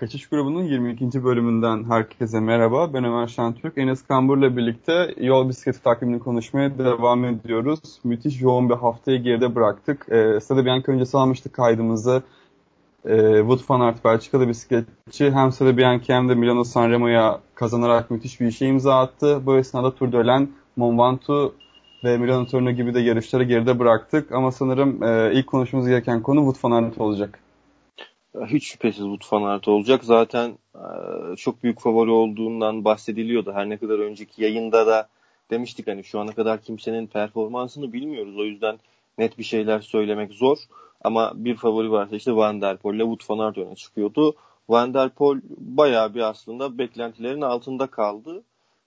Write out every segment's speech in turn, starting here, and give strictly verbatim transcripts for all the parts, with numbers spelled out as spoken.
Kaçış grubunun yirmi ikinci bölümünden herkese merhaba. Ben Ömer Şentürk. Enes Kambur'la birlikte yol bisikleti takvimini konuşmaya devam ediyoruz. Müthiş yoğun bir haftayı geride bıraktık. E, Stade Bianchi öncesi almıştık kaydımızı. E, Wout van Aert Belçikalı bisikletçi hem Stade Bianchi hem de Milano Sanremo'ya kazanarak müthiş bir işe imza attı. Bu esnada Tour de Lens, Mont Ventoux ve Milano Torino gibi de yarışları geride bıraktık. Ama sanırım e, ilk konuşmamız gereken konu Wout van Aert olacak. Hiç şüphesiz Wout van Aert olacak. Zaten e, çok büyük favori olduğundan bahsediliyordu. Her ne kadar önceki yayında da demiştik hani şu ana kadar kimsenin performansını bilmiyoruz. O yüzden net bir şeyler söylemek zor. Ama bir favori varsa işte Van der Poel ile Wout van Aert öne çıkıyordu. Van der Poel bayağı bir aslında beklentilerin altında kaldı.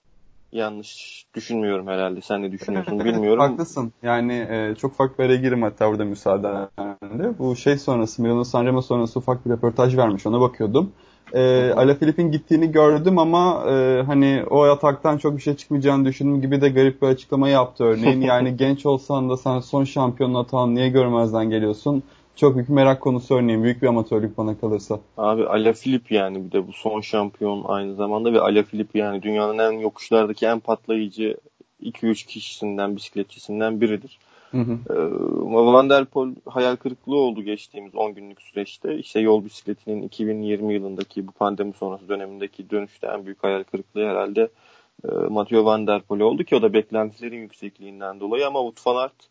Yanlış düşünmüyorum herhalde. Sen ne düşünüyorsun bilmiyorum. Haklısın. Yani e, çok ufak bir araya girim hatta burada müsaadenle. Bu şey sonrası, Milano Sanremo sonrası ufak bir röportaj vermiş. Ona bakıyordum. E, Alaphilippe'in gittiğini gördüm ama e, hani o ataktan çok bir şey çıkmayacağını düşündüğüm gibi de garip bir açıklama yaptı örneğin. Yani genç olsan da sen son şampiyonluğu atan niye görmezden geliyorsun? Çok büyük merak konusu örneğin. Büyük bir amatörlük bana kalırsa. Abi Alaphilippe yani bir de bu son şampiyon aynı zamanda ve Alaphilippe yani dünyanın en yokuşlardaki en patlayıcı iki üç kişisinden, bisikletçisinden biridir. Hı hı. Ee, Van der Poel hayal kırıklığı oldu geçtiğimiz on günlük süreçte. İşte yol bisikletinin iki bin yirmi yılındaki bu pandemi sonrası dönemindeki dönüşte en büyük hayal kırıklığı herhalde e, Mathieu Van der Poel oldu ki o da beklentilerin yüksekliğinden dolayı ama Wout van Aert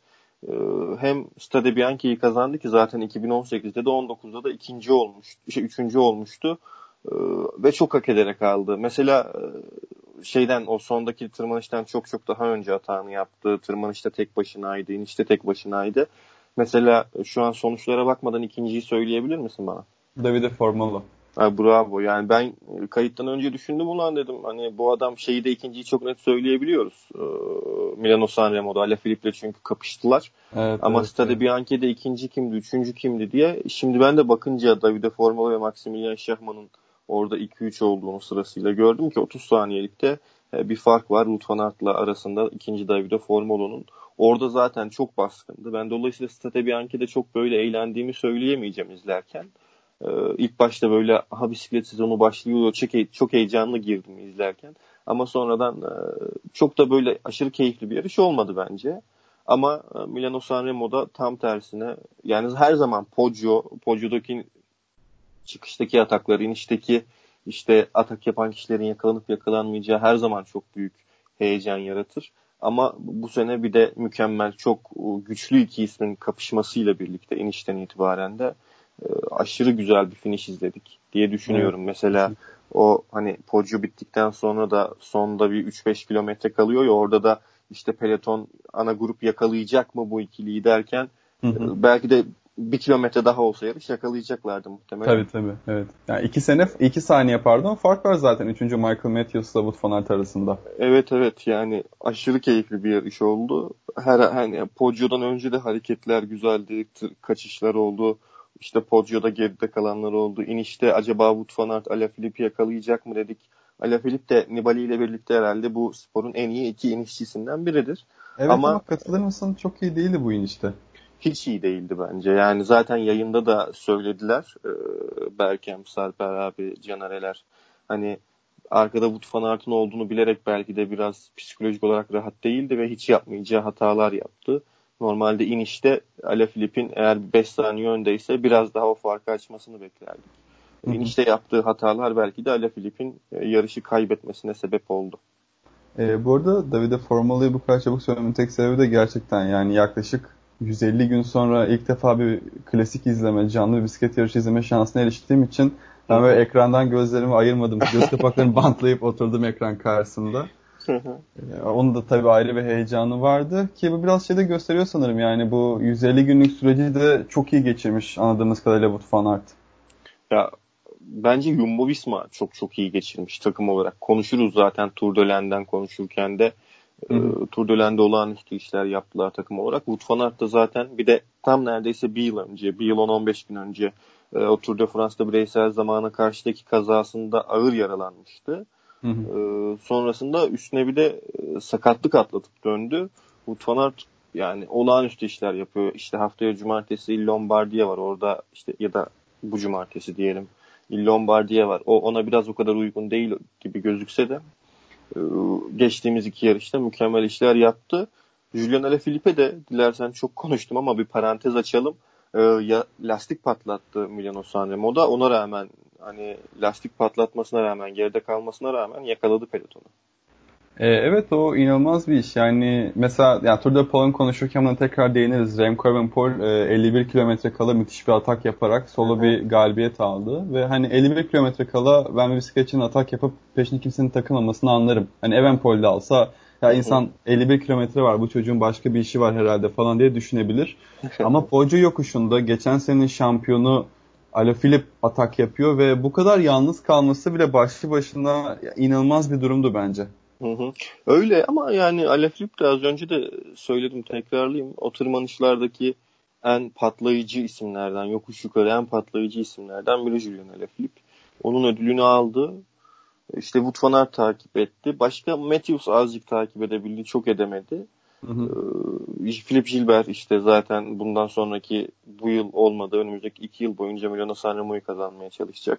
hem Stade Bianchi'yi kazandı ki zaten iki bin on sekizde de on dokuzda da ikinci olmuştu, şey üçüncü olmuştu ve çok hak ederek aldı. Mesela şeyden o sondaki tırmanıştan çok çok daha önce hatanı yaptı. Tırmanışta tek başınaydı, inişte tek başınaydı. Mesela şu an sonuçlara bakmadan ikinciyi söyleyebilir misin bana? Davide Formolo. Ha, bravo. Yani ben kayıttan önce düşündüm ulan dedim. Hani bu adam şeyi de ikinciyi çok net söyleyebiliyoruz. Ee, Milano Sanremo'da Alaphilippe'le çünkü kapıştılar. Evet, Ama evet, Stade evet. Bianchi'de ikinci kimdi, üçüncü kimdi diye. Şimdi ben de bakınca Davide Formolo ve Maximilian Schachmann'ın orada iki üç olduğunu sırasıyla gördüm ki otuz saniyelikte bir fark var Wout van Aert'la arasında ikinci Davide Formolo'nun. Orada zaten çok baskındı. Ben dolayısıyla Stade Bianchi'de çok böyle eğlendiğimi söyleyemeyeceğim izlerken. Ee, ilk başta böyle aha bisiklet sezonu başlıyor çok, çok heyecanlı girdim izlerken ama sonradan e, çok da böyle aşırı keyifli bir yarış olmadı bence ama e, Milano Sanremo'da tam tersine yani her zaman Poggio Poggio'daki çıkıştaki ataklar inişteki işte atak yapan kişilerin yakalanıp yakalanmayacağı her zaman çok büyük heyecan yaratır ama bu sene bir de mükemmel çok güçlü iki ismin kapışmasıyla birlikte inişten itibaren de aşırı güzel bir finish izledik diye düşünüyorum. Evet. Mesela o hani Poggio bittikten sonra da sonda bir üç beş kilometre kalıyor ya orada da işte peloton ana grup yakalayacak mı bu ikiliyi derken hı hı. belki de bir kilometre daha olsa yarış yakalayacaklardı muhtemelen. Tabii tabii. Evet. Yani iki sene, iki saniye pardon fark var zaten üçüncü Michael Matthews'la Wout van Aert arasında. Evet evet yani aşırı keyifli bir yarış oldu. Her hani Poggio'dan önce de hareketler güzeldi, kaçışlar oldu. İşte Poggio'da geride kalanlar oldu. İnişte acaba Wout van Aert Alaphilippe'i yakalayacak mı dedik. Alaphilippe de Nibali ile birlikte herhalde bu sporun en iyi iki inişçisinden biridir. Evet ama, ama katılır mısın? Çok iyi değildi bu inişte. Hiç iyi değildi bence. Yani zaten yayında da söylediler. Ee, Berkem, Sarper abi, Canareler. Hani arkada Wout van Aert'ın olduğunu bilerek belki de biraz psikolojik olarak rahat değildi ve hiç yapmayacağı hatalar yaptı. Normalde inişte Alaphilippe'in eğer beş saniye öndeyse biraz daha o farkı açmasını beklerdik. Hı hı. İnişte yaptığı hatalar belki de Alaphilippe'in yarışı kaybetmesine sebep oldu. E, bu arada Davide Formolo'yu bu kadar çabuk söylememin tek sebebi de gerçekten yani yaklaşık yüz elli gün sonra ilk defa bir klasik izleme, canlı bir bisiklet yarışı izleme şansına eriştiğim için ben böyle ekrandan gözlerimi ayırmadım. Göz kapaklarını bantlayıp oturdum ekran karşısında. Onun da tabii ayrı bir heyecanı vardı ki bu biraz şey de gösteriyor sanırım yani bu yüz elli günlük süreci de çok iyi geçirmiş anladığımız kadarıyla Wout van Aert. Ya bence Jumbo Visma çok çok iyi geçirmiş takım olarak. Konuşuruz zaten Tour de Lens'den konuşurken de e, Tour de Lens'de olağanüstü işler yaptılar takım olarak. Wout van Aert da zaten bir de tam neredeyse bir yıl önce, bir yıl on on beş gün önce e, o Tour de France'da bireysel zamana karşıdaki kazasında ağır yaralanmıştı. Hı hı. E, sonrasında üstüne bir de e, sakatlık atlatıp döndü. Wout van Aert yani olağanüstü işler yapıyor. İşte haftaya cumartesi Lombardiya var orada işte ya da bu cumartesi diyelim. Lombardiye var. O ona biraz o kadar uygun değil gibi gözükse de e, geçtiğimiz iki yarışta mükemmel işler yaptı. Julian Alaphilippe de dilersen çok konuştum ama bir parantez açalım. E, ya lastik patlattı Milano Sanremo'da. Ona rağmen hani lastik patlatmasına rağmen geride kalmasına rağmen yakaladı pelotonu. E, evet o inanılmaz bir iş. Yani mesela yani Tour de Polen konuşurken buna tekrar değiniriz. Remco Evenepoel e, elli bir kilometre kala müthiş bir atak yaparak solo bir galibiyet aldı. Ve hani elli bir kilometre kala ben bir bisikletçinin atak yapıp peşine kimsenin takılmamasını anlarım. Hani Evenepoel de alsa ya insan elli bir kilometre var bu çocuğun başka bir işi var herhalde falan diye düşünebilir. Ama Poggio yokuşunda geçen senenin şampiyonu Alaphilippe atak yapıyor ve bu kadar yalnız kalması bile başlı başına inanılmaz bir durumdu bence. Hı hı. Öyle ama yani Alaphilippe de az önce de söyledim, tekrarlayayım. O tırmanışlardaki en patlayıcı isimlerden, yokuş yukarı en patlayıcı isimlerden biri Julian Alaphilippe. Onun ödülünü aldı. İşte Wout van Aert takip etti. Başka Matthews azıcık takip edebildi, çok edemedi. Hı hı. Ee, Philippe Gilbert işte zaten bundan sonraki bu yıl olmadı. Önümüzdeki iki yıl boyunca Milano Sanremo'yu kazanmaya çalışacak.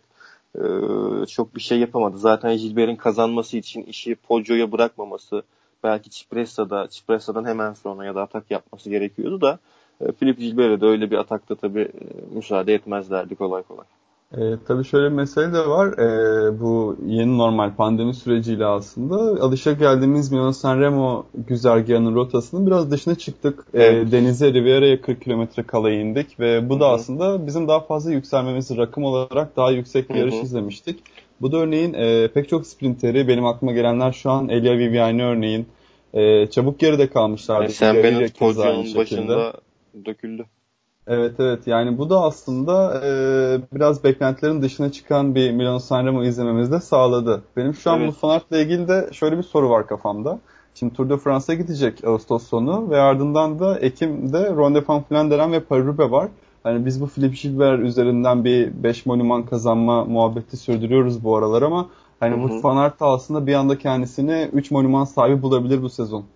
Ee, çok bir şey yapamadı. Zaten Gilbert'in kazanması için işi Poggio'ya bırakmaması, belki Cipressa'da, Cipressa'dan hemen sonra ya da atak yapması gerekiyordu da e, Philippe Gilbert'e de öyle bir atakta tabii e, müsaade etmezlerdi kolay kolay. E, tabii şöyle bir mesele de var. E, bu yeni normal pandemi süreciyle aslında alışageldiğimiz Milano Sanremo güzergahının rotasının biraz dışına çıktık. E, Evet. denize, Riviera'ya kırk kilometre kala indik ve bu Hı da hı. aslında bizim daha fazla yükselmemizi rakım olarak daha yüksek bir Hı yarış hı. izlemiştik. Bu da örneğin e, pek çok sprinteri benim aklıma gelenler şu an Elia Viviani örneğin e, çabuk geride Yani kalmışlardı ki Sam Gaviria Bennett keza aynı Poggio'nun şekilde. başında döküldü. Evet evet yani bu da aslında e, biraz beklentilerin dışına çıkan bir Milano Sanremo izlememizi de sağladı. Benim şu an Evet. Wout van Aert'la ilgili de şöyle bir soru var kafamda. Şimdi Tour de France'a gidecek Ağustos sonu ve ardından da Ekim'de Ronde van Vlaanderen ve Paris-Roubaix var. Hani biz bu Philippe Gilbert üzerinden bir beş monuman kazanma muhabbeti sürdürüyoruz bu aralar ama hani Hı Wout hı. van Aert da aslında bir anda kendisini üç monuman sahibi bulabilir bu sezon.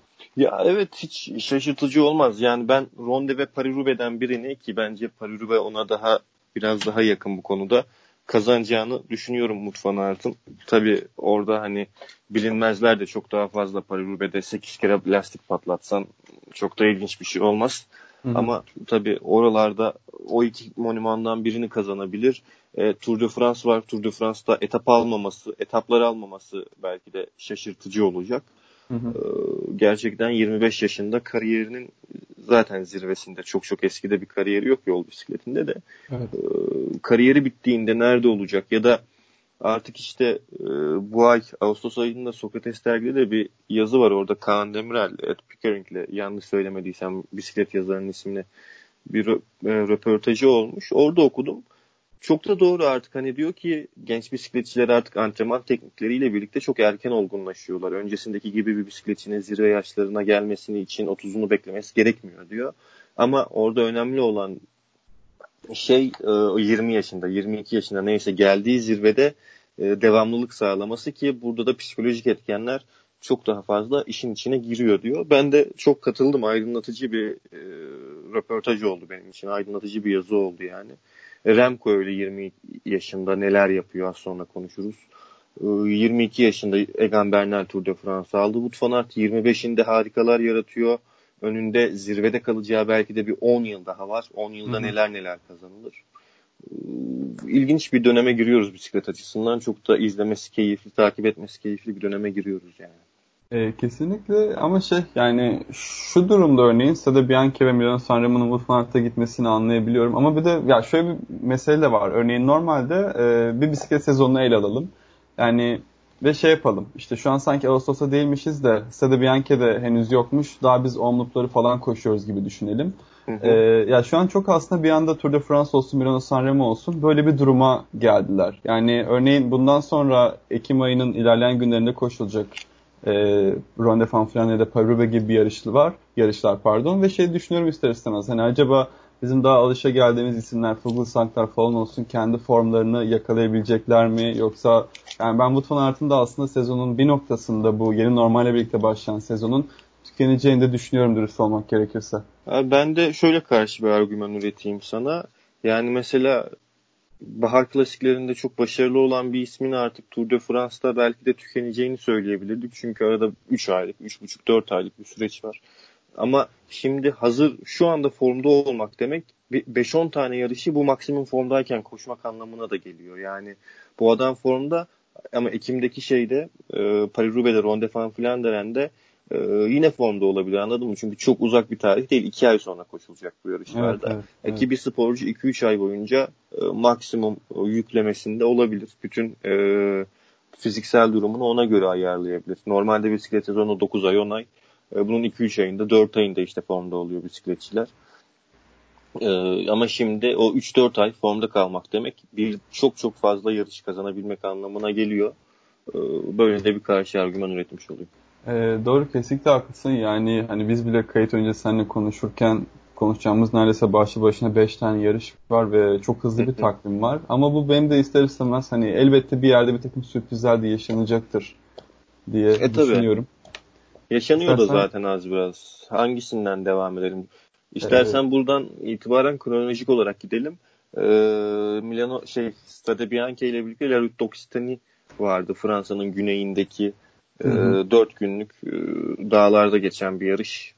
Ya evet, hiç şaşırtıcı olmaz. Yani ben Ronde ve Paris-Roubaix'den birini, ki bence Paris-Roubaix ona daha biraz daha yakın bu konuda, kazanacağını düşünüyorum Wout van Aert'ın. Tabii orada hani bilinmezler de çok daha fazla. Paris-Roubaix'de sekiz kere lastik patlatsan çok da ilginç bir şey olmaz. Hı hı. Ama tabii oralarda o iki monumandan birini kazanabilir. E, Tour de France var. Tour de France'da etap almaması, etapları almaması belki de şaşırtıcı olacak. Hı hı. Gerçekten yirmi beş yaşında, kariyerinin zaten zirvesinde, çok çok eskide bir kariyeri yok yol bisikletinde de. Evet. Kariyeri bittiğinde nerede olacak ya da artık işte bu ay Ağustos ayında Sokrates dergide de bir yazı var, orada Kaan Demirel, Ed Pickering'le, yanlış söylemediysem bisiklet yazarının ismini, bir röportajı olmuş. Orada okudum. Çok da doğru, artık hani diyor ki genç bisikletçiler artık antrenman teknikleriyle birlikte çok erken olgunlaşıyorlar. Öncesindeki gibi bir bisikletçinin zirve yaşlarına gelmesini için otuzunu beklemesi gerekmiyor diyor. Ama orada önemli olan şey yirmi yaşında, yirmi iki yaşında neyse geldiği zirvede devamlılık sağlaması, ki burada da psikolojik etkenler çok daha fazla işin içine giriyor diyor. Ben de çok katıldım. Aydınlatıcı bir e, röportaj oldu benim için. Aydınlatıcı bir yazı oldu yani. Remco öyle yirmi yaşında neler yapıyor, az sonra konuşuruz. yirmi iki yaşında Egan Bernal Tour de France aldı. Wout van Aert yirmi beşinde harikalar yaratıyor. Önünde zirvede kalacağı belki de bir on yıl daha var. on Hı yılda hı. neler neler kazanılır. İlginç bir döneme giriyoruz bisiklet açısından. Çok da izlemesi keyifli, takip etmesi keyifli bir döneme giriyoruz yani. E, kesinlikle ama şey yani şu durumda örneğin Stade Bianchi ve Milano Sanremo'nun Wout van Aert'a gitmesini anlayabiliyorum. Ama bir de ya şöyle bir mesele de var. Örneğin normalde e, bir bisiklet sezonunu ele alalım. Yani ve şey yapalım. İşte şu an sanki Ağustos'ta değilmişiz de Stade Bianchi'de henüz yokmuş. Daha biz Omloop'ları falan koşuyoruz gibi düşünelim. Hı E, hı. ya şu an çok aslında bir anda Tour de France olsun, Milano Sanremo olsun böyle bir duruma geldiler. Yani örneğin bundan sonra Ekim ayının ilerleyen günlerinde koşulacak e, Ronde van Vlaanderen'de Paris-Roubaix gibi bir yarışlı var. Yarışlar pardon ve şey düşünüyorum ister istemez. Hani acaba bizim daha alışa geldiğimiz isimler, Fuglsang'lar falan olsun kendi formlarını yakalayabilecekler mi? Yoksa yani ben Wout van Aert'ın da aslında sezonun bir noktasında bu yeni normalle birlikte başlayan sezonun tükeneceğini de düşünüyorum dürüst olmak gerekirse. Ben de şöyle karşı bir argüman üreteyim sana. Yani mesela bahar klasiklerinde çok başarılı olan bir ismin artık Tour de France'da belki de tükeneceğini söyleyebilirdik. Çünkü arada üç aylık, üç buçuk dört aylık bir süreç var. Ama şimdi hazır şu anda formda olmak demek beş on tane yarışı bu maksimum formdayken koşmak anlamına da geliyor. Yani bu adam formda ama Ekim'deki şeyde e, Paris-Roubaix'de Ronde van Vlaanderen'de e, yine formda olabilir, anladın mı? Çünkü çok uzak bir tarih değil. iki ay sonra koşulacak bu yarışlarda. Evet, evet, evet. evet. Ki bir sporcu iki üç ay boyunca e, maksimum e, yüklemesinde olabilir. Bütün e, fiziksel durumunu ona göre ayarlayabilir. Normalde bisiklet sezonu dokuz ay on ay. Bunun iki üç ayında, dört ayında işte formda oluyor bisikletçiler. Ee, ama şimdi o üç dört ay formda kalmak demek bir çok çok fazla yarış kazanabilmek anlamına geliyor. Ee, böyle de bir karşı argüman üretmiş oluyor. Ee, doğru, kesinlikle haklısın. Yani hani biz bile kayıt önce seninle konuşurken konuşacağımız neredeyse başlı başına beş tane yarış var ve çok hızlı bir takvim var. Ama bu benim de ister istemez hani elbette bir yerde bir takım sürprizler de yaşanacaktır diye E tabi. düşünüyorum. Yaşanıyor da İstersen zaten az biraz. Hangisinden devam edelim? e, İstersen buradan itibaren kronolojik olarak gidelim. Ee, Milano şey Strade Bianche ile birlikte La Route d'Occitanie vardı. Fransa'nın güneyindeki e, hı hı. dört günlük e, dağlarda geçen bir yarış.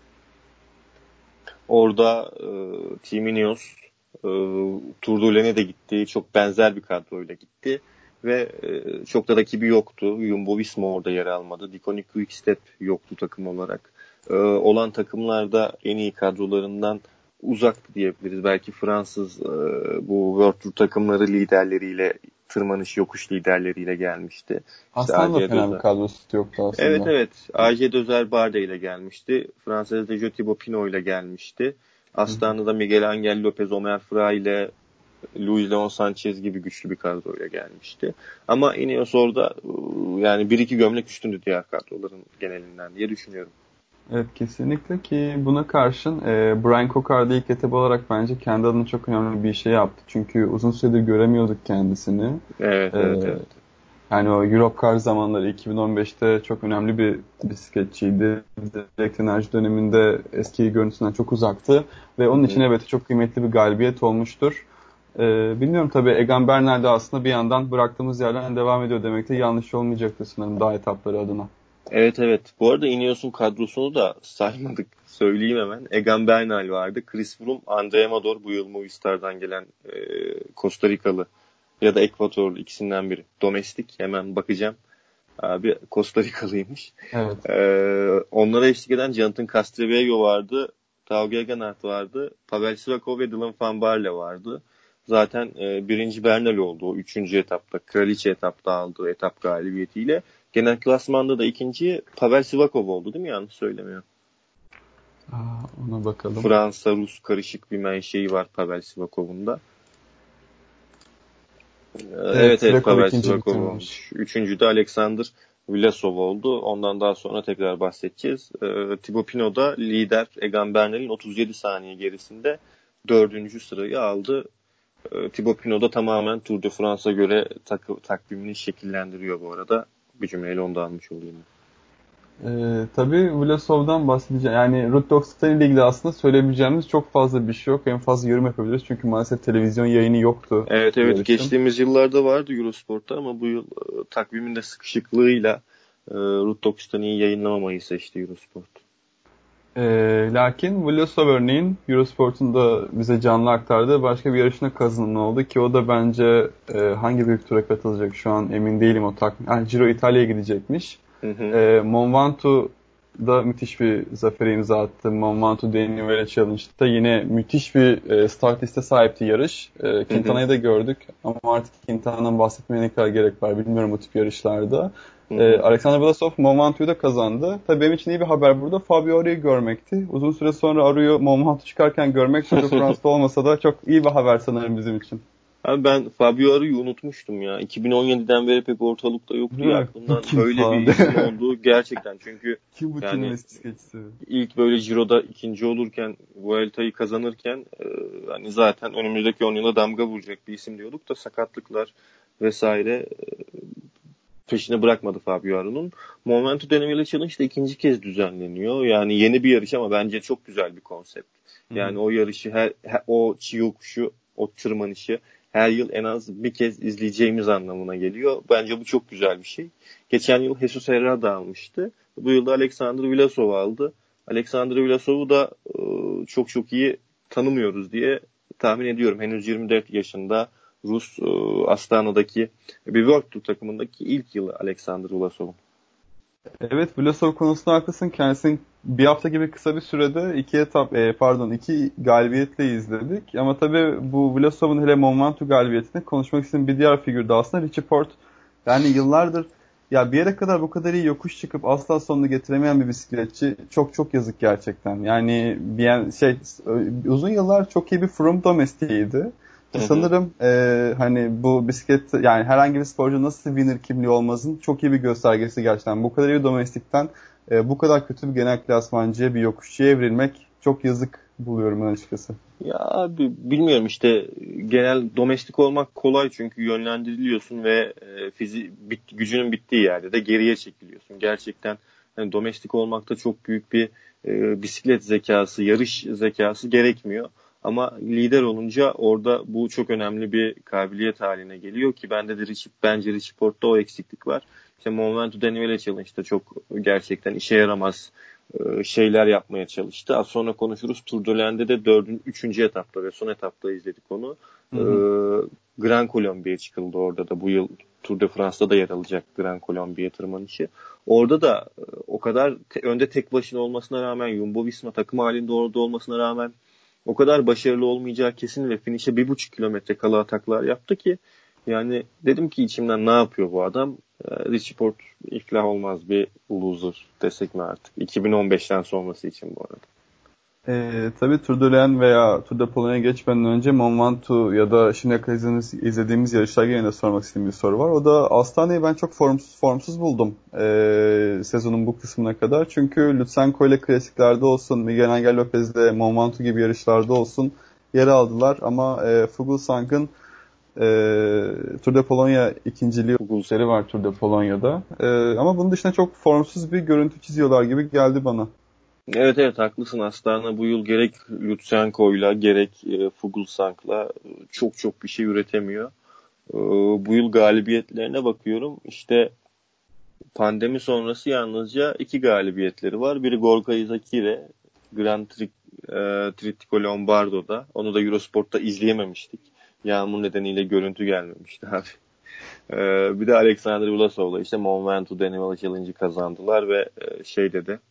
Orada e, Team Ineos e, Tour de Len'e de gitti. Çok benzer bir kadroyla gitti. Ve e, çok da rakibi yoktu. Jumbo Visma orada yer almadı. Deceuninck Quick-Step yoktu takım olarak. E, olan takımlarda en iyi kadrolarından uzaktı diyebiliriz. Belki Fransız e, bu World Tour takımları liderleriyle, tırmanış yokuş liderleriyle gelmişti. İşte aslında da A J fena bir Dözer. kadrosu yoktu Evet aslında. evet. A J Dözer Barde ile gelmişti. Fransız de Thibaut Pinot ile gelmişti. Hı hı. Astana da Miguel Angel Lopez, Omer Frey ile Luis Leon Sanchez gibi güçlü bir kadroyla gelmişti. Ama Ineos orada yani bir iki gömlek üstündü diğer kadroların genelinden diye düşünüyorum. Evet, kesinlikle ki buna karşın e, Brian Coquard ilk etap olarak bence kendi adına çok önemli bir şey yaptı. Çünkü uzun süredir göremiyorduk kendisini. Evet E, evet evet. Yani o Europcar zamanları iki bin on beşte çok önemli bir bisikletçiydi. Direkt enerji döneminde eski görüntüsünden çok uzaktı. Ve onun için Hı-hı. evet çok kıymetli bir galibiyet olmuştur. Ee, bilmiyorum tabii, Egan Bernal de aslında bir yandan bıraktığımız yerden devam ediyor demek de yanlış olmayacaktır sanırım daha etapları adına. Evet evet. Bu arada Ineos'un kadrosunu da saymadık. Söyleyeyim hemen. Egan Bernal vardı. Chris Froome, Andre Amador, bu yıl Movistar'dan gelen e, Costa Rikalı ya da Ekvatorlu, ikisinden biri. Domestik, hemen bakacağım. Abi Costa Rikalıymış. Evet. Ee, onlara eşlik eden Jonathan Castroviejo vardı. Tao Geoghegan vardı. Pavel Sivakov ve Dylan van Baarle vardı. Zaten e, birinci Bernal oldu o üçüncü etapta. Kraliçe etapta aldığı etap galibiyetiyle. Genel klasmanda da ikinci Pavel Sivakov oldu değil mi? Yanlış söylemiyorum. Aa, ona bakalım. Fransa-Rus karışık bir menşei var Pavel Sivakov'un da. Evet, Evet evet, Sivakov Pavel ikinci Sivakov bitirmiş. olmuş. Üçüncü de Alexander Vlasov oldu. Ondan daha sonra tekrar bahsedeceğiz. Ee, Thibaut Pinot da lider Egan Bernal'in otuz yedi saniye gerisinde dördüncü sırayı aldı. Ee, Thibaut Pinot da tamamen Tour de France'a göre takı, takvimini şekillendiriyor bu arada. Bir cümleyle onu da almış olayım. Ee, tabii Vlasov'dan bahsedeceğim. Yani Route Doxitani ile ilgili aslında söyleyebileceğimiz çok fazla bir şey yok. En fazla yorum yapabiliriz. Çünkü maalesef televizyon yayını yoktu Evet evet, yarışın. geçtiğimiz yıllarda vardı Eurosport'ta ama bu yıl e, takvimin de sıkışıklığıyla e, Route Doxitani'yi yayınlamamayı seçti Eurosport. Ee, lakin Vlasov örneğin Eurosport'un da bize canlı aktardığı başka bir yarışına kazanımlı oldu ki o da bence e, hangi büyük tura katılacak şu an emin değilim o takvim. Yani Giro İtalya'ya gidecekmiş. Hı hı. E, Mont Ventous'da müthiş bir zafere imza attı. Mont Ventoux Denivele Challenge'da yine müthiş bir e, start liste sahipti yarış. E, Hı hı. Quintana'yı da gördük ama artık Quintana'dan bahsetmeye ne kadar gerek var bilmiyorum o tip yarışlarda. Hı Ee, hı. Alexander Vlasov Mont Ventous'u da kazandı. Tabii benim için iyi bir haber burada Fabio Aru'yu görmekti. Uzun süre sonra Aru'yu Mont Ventoux çıkarken görmek Tour de France'da olmasa da çok iyi bir haber sanırım bizim için. Abi ben Fabio Aru'yu unutmuştum ya. iki bin on yediden beri pek ortalıkta yoktu Değil ya, mi? Bu aklımdan kim böyle bir falan. isim olduğu gerçekten. Çünkü Kim bu Çin'in yani eski bisikletçisi? ilk böyle Ciro'da ikinci olurken, Vuelta'yı kazanırken e, hani zaten önümüzdeki on yıla damga vuracak bir isim diyorduk da sakatlıklar vesaire peşine bırakmadı Fabio Aru'nun. Momento Denemeli Challenge da ikinci kez düzenleniyor. Yani yeni bir yarış ama bence çok güzel bir konsept. Hı hı. Yani o yarışı, her, her o çiğ yokuşu, o tırmanışı her yıl en az bir kez izleyeceğimiz anlamına geliyor. Bence bu çok güzel bir şey. Geçen yıl Jesus Herrera almıştı. Bu yıl da Alexander Vlasov aldı. Alexander Vlasov'u da e, çok çok iyi tanımıyoruz diye tahmin ediyorum. Henüz yirmi dört yaşında Rus e, Astana'daki bir World Tour takımındaki ilk yılı Alexander Vlasov'un. Evet, Vlasov konusunda haklısın. Kendisini bir hafta gibi kısa bir sürede iki etap e, pardon iki galibiyetle izledik. Ama tabii bu Vlasov'un hele Mont Ventoux galibiyetini konuşmak istediğim bir diğer figür de aslında Richie Porte. Yani yıllardır ya bir yere kadar bu kadar iyi yokuş çıkıp asla sonunu getiremeyen bir bisikletçi, çok çok yazık gerçekten. Yani bir şey uzun yıllar çok iyi bir Froome domestiğiydi. Hı hı. Sanırım e, hani bu bisiklet, yani herhangi bir sporcu nasıl winner kimliği olmasın çok iyi bir göstergesi gerçekten. Bu kadar iyi domestikten e, bu kadar kötü bir genel klasmancıya, bir yokuşçuya evrilmek çok yazık buluyorum ben açıkçası. Ya abi bilmiyorum işte, genel domestik olmak kolay çünkü yönlendiriliyorsun ve e, fizi bit, gücünün bittiği yerde de geriye çekiliyorsun. Gerçekten yani domestik olmakta çok büyük bir e, bisiklet zekası, yarış zekası gerekmiyor. Ama lider olunca orada bu çok önemli bir kabiliyet haline geliyor ki bende de Richie, bence Richie Porte'da o eksiklik var. İşte Mont Ventoux Denivelle Challenge'da çok gerçekten işe yaramaz şeyler yapmaya çalıştı. Az sonra konuşuruz. Tour de Lande'de de dördüncü, üçüncü etapta ve son etapta izledik onu. Hı hı. Grand Colombia'ya çıkıldı orada da. Bu yıl Tour de France'da da yer alacak Grand Colombiya tırmanışı. Orada da o kadar te- önde tek başına olmasına rağmen, Jumbo Visma takım halinde orada olmasına rağmen o kadar başarılı olmayacağı kesin ve finişe bir buçuk kilometre kala ataklar yaptı ki yani dedim ki içimden, ne yapıyor bu adam? Richie Porte iflah olmaz bir loser desek mi artık? iki bin on beşten sonrası için bu arada. Ee, tabii Tour de Landes veya Tour de Polonya geçmeden önce Mont Ventoux ya da şimdiye kadar izlediğimiz yarışlar yine de sormak istediğim bir soru var. O da Astana'yı ben çok formsuz formsuz buldum ee, sezonun bu kısmına kadar. Çünkü Lutsenko ile klasiklerde olsun, Miguel Angel Lopez'de Mont Ventoux gibi yarışlarda olsun yer aldılar. Ama e, Fuglsang'ın e, Tour de Polonya ikinciliği seri var Tour de Polonya'da. E, ama bunun dışında çok formsuz bir görüntü çiziyorlar gibi geldi bana. Evet evet haklısın. Astana bu yıl gerek Lutsenko'yla gerek e, Fuglsang'la çok çok bir şey üretemiyor. E, bu yıl galibiyetlerine bakıyorum. İşte pandemi sonrası yalnızca iki galibiyetleri var. Biri Gorka Izakire Grand Tri, e, Trittico Lombardo'da. Onu da Eurosport'ta izleyememiştik. Yağmur nedeniyle görüntü gelmemişti abi. E, bir de Alexander Vlasov'la işte Mont Ventoux Denivelle Challenge'ı kazandılar ve e, şeyde de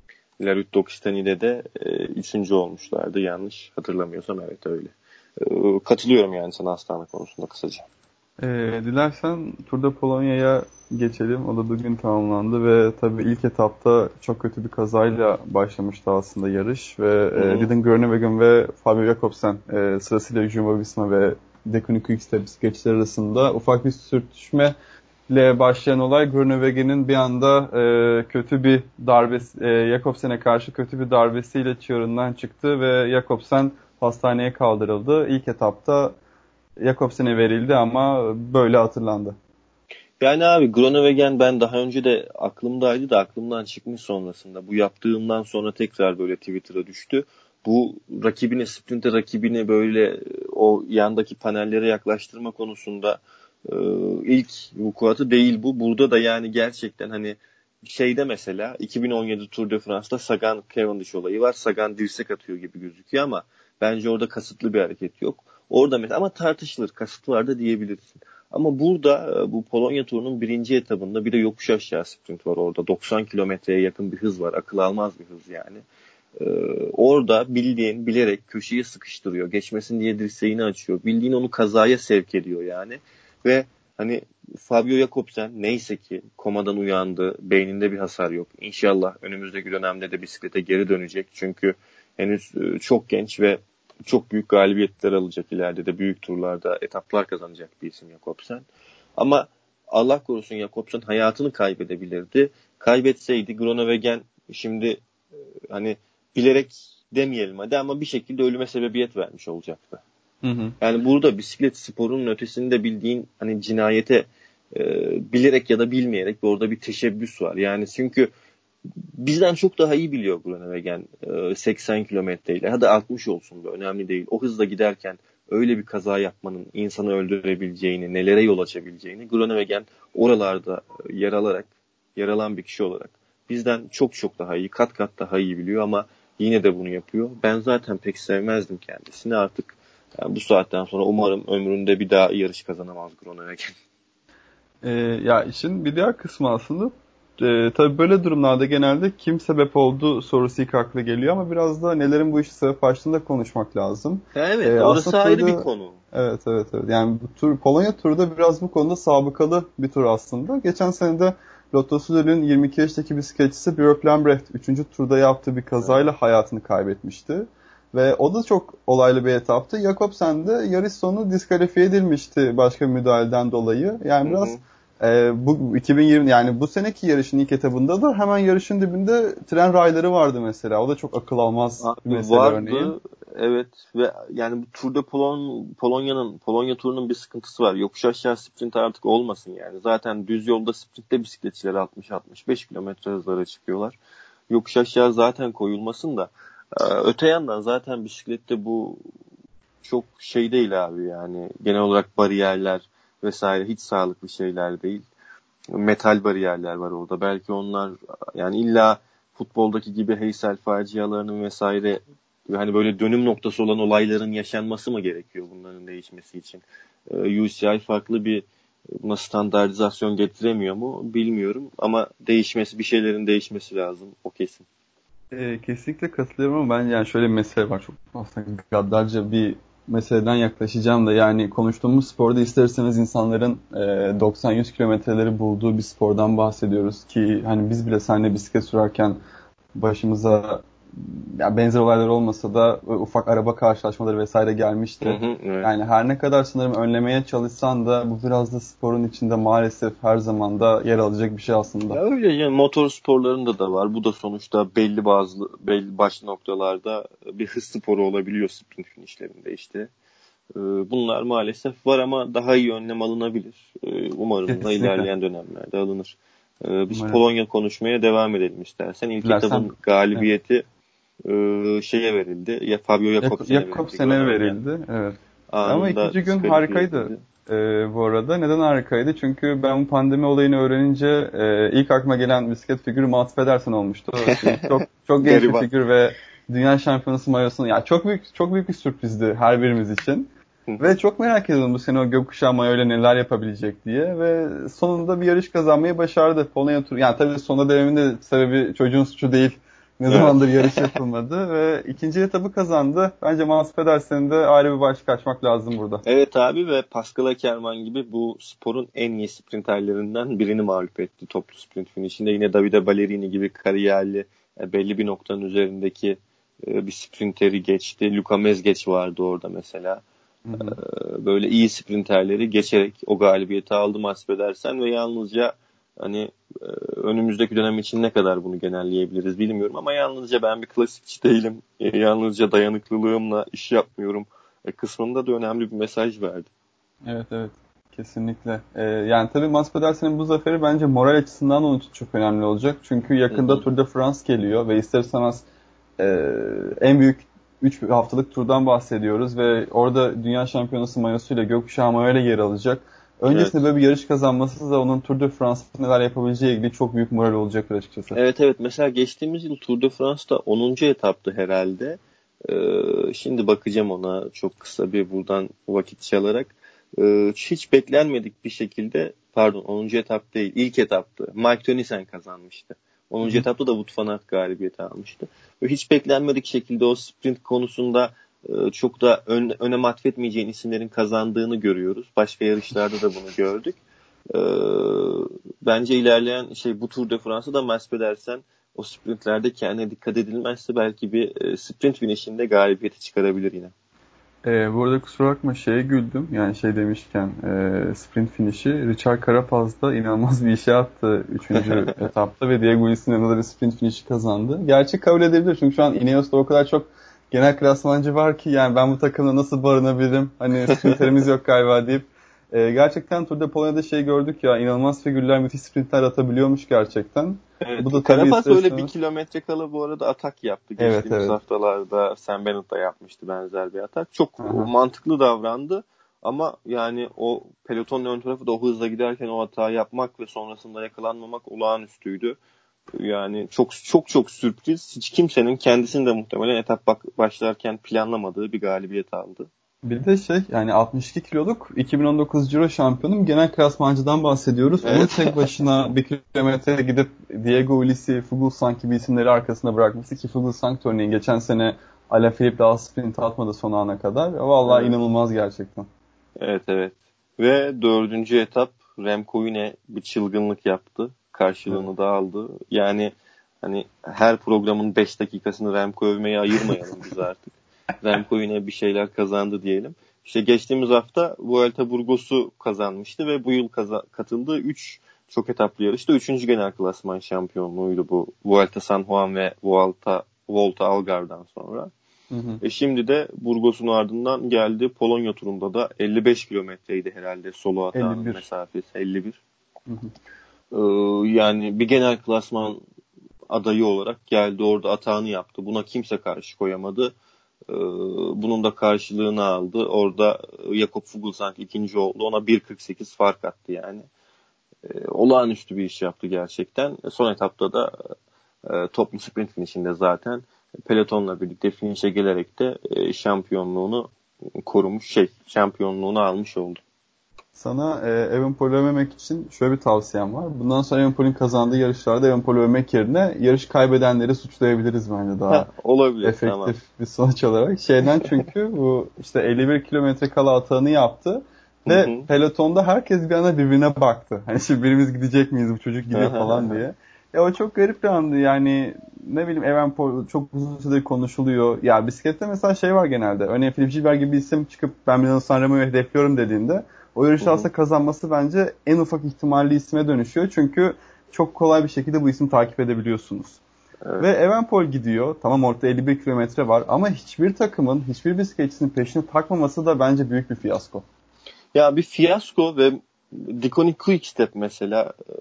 La Route d'Occitanie'de de e, üçüncü olmuşlardı. Yanlış hatırlamıyorsam evet öyle. E, katılıyorum yani sana Astana konusunda kısaca. Ee, dilersen Tour de Polonya'ya geçelim. O da bugün tamamlandı ve tabii ilk etapta çok kötü bir kazayla başlamıştı aslında yarış ve e, Dylan Groenewegen ve Fabio Jakobsen e, sırasıyla Jumbo Visma ve Deceuninck Quickstep bisikletçiler arasında ufak bir sürtüşme ile başlayan olay Groenewegen'in bir anda e, kötü bir darbesi, e, Jakobsen'e karşı kötü bir darbesiyle çığırından çıktı ve Jakobsen hastaneye kaldırıldı. İlk etapta Jakobsen'e verildi ama böyle hatırlandı. Yani abi Groenewegen ben daha önce de aklımdaydı da aklımdan çıkmış sonrasında. Bu yaptığından sonra tekrar böyle Twitter'a düştü. Bu rakibine, sprinte rakibini böyle o yandaki panellere yaklaştırma konusunda e, ilk vukuatı değil bu. Burada da yani gerçekten hani şeyde mesela iki bin on yedi Tour de France'da Sagan Cavendish olayı var. Sagan dirsek atıyor gibi gözüküyor ama bence orada kasıtlı bir hareket yok. Orada mesela ama tartışılır. Kasıt var da diyebilirsin. Ama burada bu Polonya turunun birinci etabında bir de yokuş aşağı sprint var orada. doksan kilometreye yakın bir hız var. Akıl almaz bir hız yani. Ee, orada bildiğin bilerek köşeyi sıkıştırıyor. Geçmesin diye dirseğini açıyor. Bildiğin onu kazaya sevk ediyor yani. Ve hani Fabio Jakobsen neyse ki komadan uyandı. Beyninde bir hasar yok. İnşallah önümüzdeki dönemde de bisiklete geri dönecek. Çünkü henüz çok genç ve çok büyük galibiyetler alacak, ileride de büyük turlarda etaplar kazanacak bir isim Jakobsen. Ama Allah korusun Jakobsen hayatını kaybedebilirdi. Kaybetseydi Groenewegen şimdi hani bilerek demeyelim hadi ama bir şekilde ölüme sebebiyet vermiş olacaktı. Hı hı. Yani burada bisiklet sporunun ötesinde bildiğin hani cinayete e, bilerek ya da bilmeyerek orada bir teşebbüs var. Yani çünkü bizden çok daha iyi biliyor Groenewegen seksen kilometreyle. Hadi altmış olsun da önemli değil. O hızla giderken öyle bir kaza yapmanın insanı öldürebileceğini, nelere yol açabileceğini Groenewegen oralarda yer alarak, yer alan bir kişi olarak bizden çok çok daha iyi, kat kat daha iyi biliyor ama yine de bunu yapıyor. Ben zaten pek sevmezdim kendisini. Artık yani bu saatten sonra umarım ömründe bir daha yarış kazanamaz Groenewegen. Ee, ya işin bir diğer kısmı aslında e, tabii böyle durumlarda genelde kim sebep oldu sorusu ilk akla geliyor ama biraz da nelerin bu işi sebep açtığında konuşmak lazım. Evet, Ee, orası aslında ayrı turda, bir konu. evet evet evet. Yani bu tur Polonya turu da biraz bu konuda sabıkalı bir tur aslında. Geçen sene de Lotto Soudal'in yirmi iki yaşındaki bisikletçisi Björk Lambrecht üçüncü turda yaptığı bir kazayla Evet. hayatını kaybetmişti. Ve o da çok olaylı bir etaptı. Jakobsen de yarış sonu diskalifiye edilmişti başka bir müdahaleden dolayı. Yani Hı biraz hı. e, bu iki bin yirmi yani bu seneki yarışın ilk etabında da hemen yarışın dibinde tren rayları vardı mesela. O da çok akıl almaz bir Abi mesele örneğin. vardı, evet, ve yani bu turda Polon, Polonya'nın Polonya turunun bir sıkıntısı var. Yokuş aşağı sprint artık olmasın yani. Zaten düz yolda sprintte bisikletçiler altmış altmış beş kilometre hızlara çıkıyorlar. Yokuş aşağı zaten koyulmasın da e, öte yandan zaten bisiklette bu çok şey değil abi, yani genel olarak bariyerler vesaire hiç sağlıklı şeyler değil. Metal bariyerler var orada. Belki onlar, yani illa futboldaki gibi Heysel facialarının vesaire, hani böyle dönüm noktası olan olayların yaşanması mı gerekiyor bunların değişmesi için? Ee, U C I farklı bir buna standartizasyon getiremiyor mu bilmiyorum ama değişmesi, bir şeylerin değişmesi lazım, o kesin. E, kesinlikle katılıyorum ama ben yani şöyle bir mesele var. Çok aslında gaddarca bir meseleden yaklaşacağım da yani konuştuğumuz sporda ister istemez insanların e, doksan yüz kilometreleri bulduğu bir spordan bahsediyoruz ki hani biz bile seninle bisiklet sürerken başımıza ya benzer olaylar olmasa da ufak araba karşılaşmaları vesaire Hı gelmişti. hı, evet. Yani her ne kadar sanırım önlemeye çalışsan da bu biraz da sporun içinde maalesef her zaman da yer alacak bir şey aslında. Ya öyle, yani motor sporlarında da var. Bu da sonuçta belli bazı belli başlı noktalarda bir hız sporu olabiliyor sprint finişlerinde işte. Ee, Bunlar maalesef var ama daha iyi önlem alınabilir. Ee, Umarım da Kesinlikle. ilerleyen dönemlerde alınır. Ee, Biz Umarım. Polonya konuşmaya devam edelim istersen. İlk Dilersen. etabın galibiyeti e, şeye verildi. Ya Fabio Yak- Jakobsen'e verildi. Jakobsen'e Groenewegen verildi. Evet. Ama anında ikinci gün diskalifiye harikaydı. edildi. Ee, bu arada. Neden harikaydı? Çünkü ben bu pandemi olayını öğrenince e, ilk aklıma gelen bisiklet figürü Mats Pedersen olmuştu. Çünkü çok çok genç bir Gariban. figür ve dünya şampiyonası mayosunu ya çok büyük çok büyük bir sürprizdi her birimiz için. Ve çok merak ediyordum bu sene o gökkuşağı mayoyla neler yapabilecek diye ve sonunda bir yarış kazanmayı başardı. Polonya turu. Yani tabii sonunda dememin de sebebi çocuğun suçu değil. Ne Evet. zamandır yarış yapılmadı ve ikinci etabı kazandı. Bence Mats Pedersen'in de ayrı bir başlık açmak lazım burada. Evet abi, ve Pascal Ackermann gibi bu sporun en iyi sprinterlerinden birini mağlup etti toplu sprint finişinde. Yine Davide Ballerini gibi kariyerli, e, belli bir noktanın üzerindeki e, bir sprinteri geçti. Luka Mezgec vardı orada mesela. Hı hı. E, Böyle iyi sprinterleri geçerek o galibiyeti aldı Mats Pedersen ve yalnızca hani e, önümüzdeki dönem için ne kadar bunu genelleyebiliriz bilmiyorum ama yalnızca ben bir klasikçi değilim. E, Yalnızca dayanıklılığımla iş yapmıyorum e, kısmında da önemli bir mesaj verdi. Evet evet. Kesinlikle. Ee, yani tabii Mats Pedersen'in bu zaferi bence moral açısından onun için çok önemli olacak. Çünkü Hı yakında hı. Tour de France geliyor ve ister istemez e, en büyük üç haftalık turdan bahsediyoruz ve orada Dünya Şampiyonası mayosuyla gökkuşağı mayoyla yer alacak. Öncesinde Evet. böyle bir yarış kazanması da onun Tour de France'da neler yapabileceği ilgili çok büyük moral olacaktır açıkçası. Evet evet, mesela geçtiğimiz yıl Tour de France'da onuncu etaptı herhalde. Ee, şimdi bakacağım ona çok kısa bir buradan vakit çalarak. Ee, hiç beklenmedik bir şekilde, pardon, onuncu etap değil, ilk etaptı. Mike Tönnissen kazanmıştı. Hı onuncu hı. etapta da Wout van Aert galibiyeti almıştı. Ve hiç beklenmedik şekilde o sprint konusunda e, çok da ön, önem atfetmeyeceğin isimlerin kazandığını görüyoruz. Başka yarışlarda da bunu gördük. Ee, Bence ilerleyen şey bu Tour de France'da da Mats Pedersen o sprintlerde kendine dikkat edilmezse belki bir e, sprint finişinde galibiyeti çıkarabilir yine. Ee, bu arada kusura bakma şeye güldüm. Yani şey demişken e, sprint finişi Richard Carapaz da inanılmaz bir işe attı üçüncü etapta ve Diego Ulis'in da bir sprint finişi kazandı. Gerçi kabul edebilir çünkü şu an Ineos'ta o kadar çok genel klasmancı var ki yani ben bu takımda nasıl barınabilirim? Hani sprinterimiz yok galiba deyip E, gerçekten Tour de Polonya'da şey gördük ya, inanılmaz figürler, müthiş sprintler atabiliyormuş gerçekten. Evet. Bu da tabii Carapaz öyle isterseniz... bir kilometre kala bu arada atak yaptı. Evet, Geçtiğimiz evet. haftalarda Sam Bennett da yapmıştı benzer bir atak. Çok Aha. mantıklı davrandı. Ama yani o pelotonun ön tarafı da o hızla giderken o hatayı yapmak ve sonrasında yakalanmamak olağanüstüydü. Yani çok çok çok sürpriz. Hiç kimsenin kendisinin de muhtemelen etap bak başlarken planlamadığı bir galibiyet aldı. Bir de şey, yani altmış iki kiloluk iki bin on dokuz Ciro şampiyonum, genel klasmancıdan bahsediyoruz. Onun Evet. tek başına bir kilometre gidip Diego Ulissi, Fuglsang gibi isimleri arkasında bırakması, ki Fuglsang örneğin geçen sene Alaphilippe daha sprint atmadı son ana kadar. Vallahi Evet. inanılmaz gerçekten. Evet evet. Ve dördüncü etap Remco yine bir çılgınlık yaptı. Evet. Karşılığını da aldı. Yani hani her programın beş dakikasını Remco övmeye ayırmayalım biz artık. Remco yine bir şeyler kazandı diyelim. İşte geçtiğimiz hafta Vuelta Burgos'u kazanmıştı ve bu yıl kaza- katıldığı üç çok etaplı yarışta üçüncü genel klasman şampiyonluğuydu bu Vuelta San Juan ve Vuelta, Volta Algarve'dan sonra. Hı hı. E şimdi de Burgos'un ardından geldi Polonya turunda da elli beş kilometreydi herhalde solo atağının elli bir. mesafesi elli bir. Hı hı. Ee, yani bir genel klasman adayı olarak geldi orada atağını yaptı. Buna kimse karşı koyamadı. Ee, bunun da karşılığını aldı. Orada Jakob Fuglsang ikinci oldu. Ona bir kırk sekiz fark attı yani. Ee, olağanüstü bir iş yaptı gerçekten. Son etapta da e, toplu sprint finişinde zaten pelotonla birlikte finişe gelerek de e, şampiyonluğunu korumuş, şey şampiyonluğunu almış oldu. Sana e, Evenepoel'i övmemek için şöyle bir tavsiyem var. Bundan sonra Evenepoel'in kazandığı yarışlarda Evenepoel'i övmek yerine yarış kaybedenleri suçlayabiliriz bence, Heh, daha olabilir, tamam. efektif bir sonuç olarak. Şeyden, çünkü bu işte elli bir kilometre kala atağını yaptı Hı ve hı. pelotonda herkes bir anda birbirine baktı. Hani şimdi birimiz gidecek miyiz, bu çocuk gidiyor falan diye. Ya o çok garip bir andı yani, ne bileyim, Evenepoel çok uzun süredir konuşuluyor. Ya bisiklette mesela şey var genelde. Örneğin Philippe Gilbert gibi bir isim çıkıp ben Milano Sanremo'yu hedefliyorum dediğinde o Hı yarışı hı. aslında kazanması bence en ufak ihtimalli isme dönüşüyor. Çünkü çok kolay bir şekilde bu ismi takip edebiliyorsunuz. Evet. Ve Evenepoel gidiyor. Tamam, ortada elli bir kilometre var ama hiçbir takımın, hiçbir bisikletçisinin peşine takmaması da bence büyük bir fiyasko. Ya bir fiyasko ve Deceuninck Quick-Step mesela e,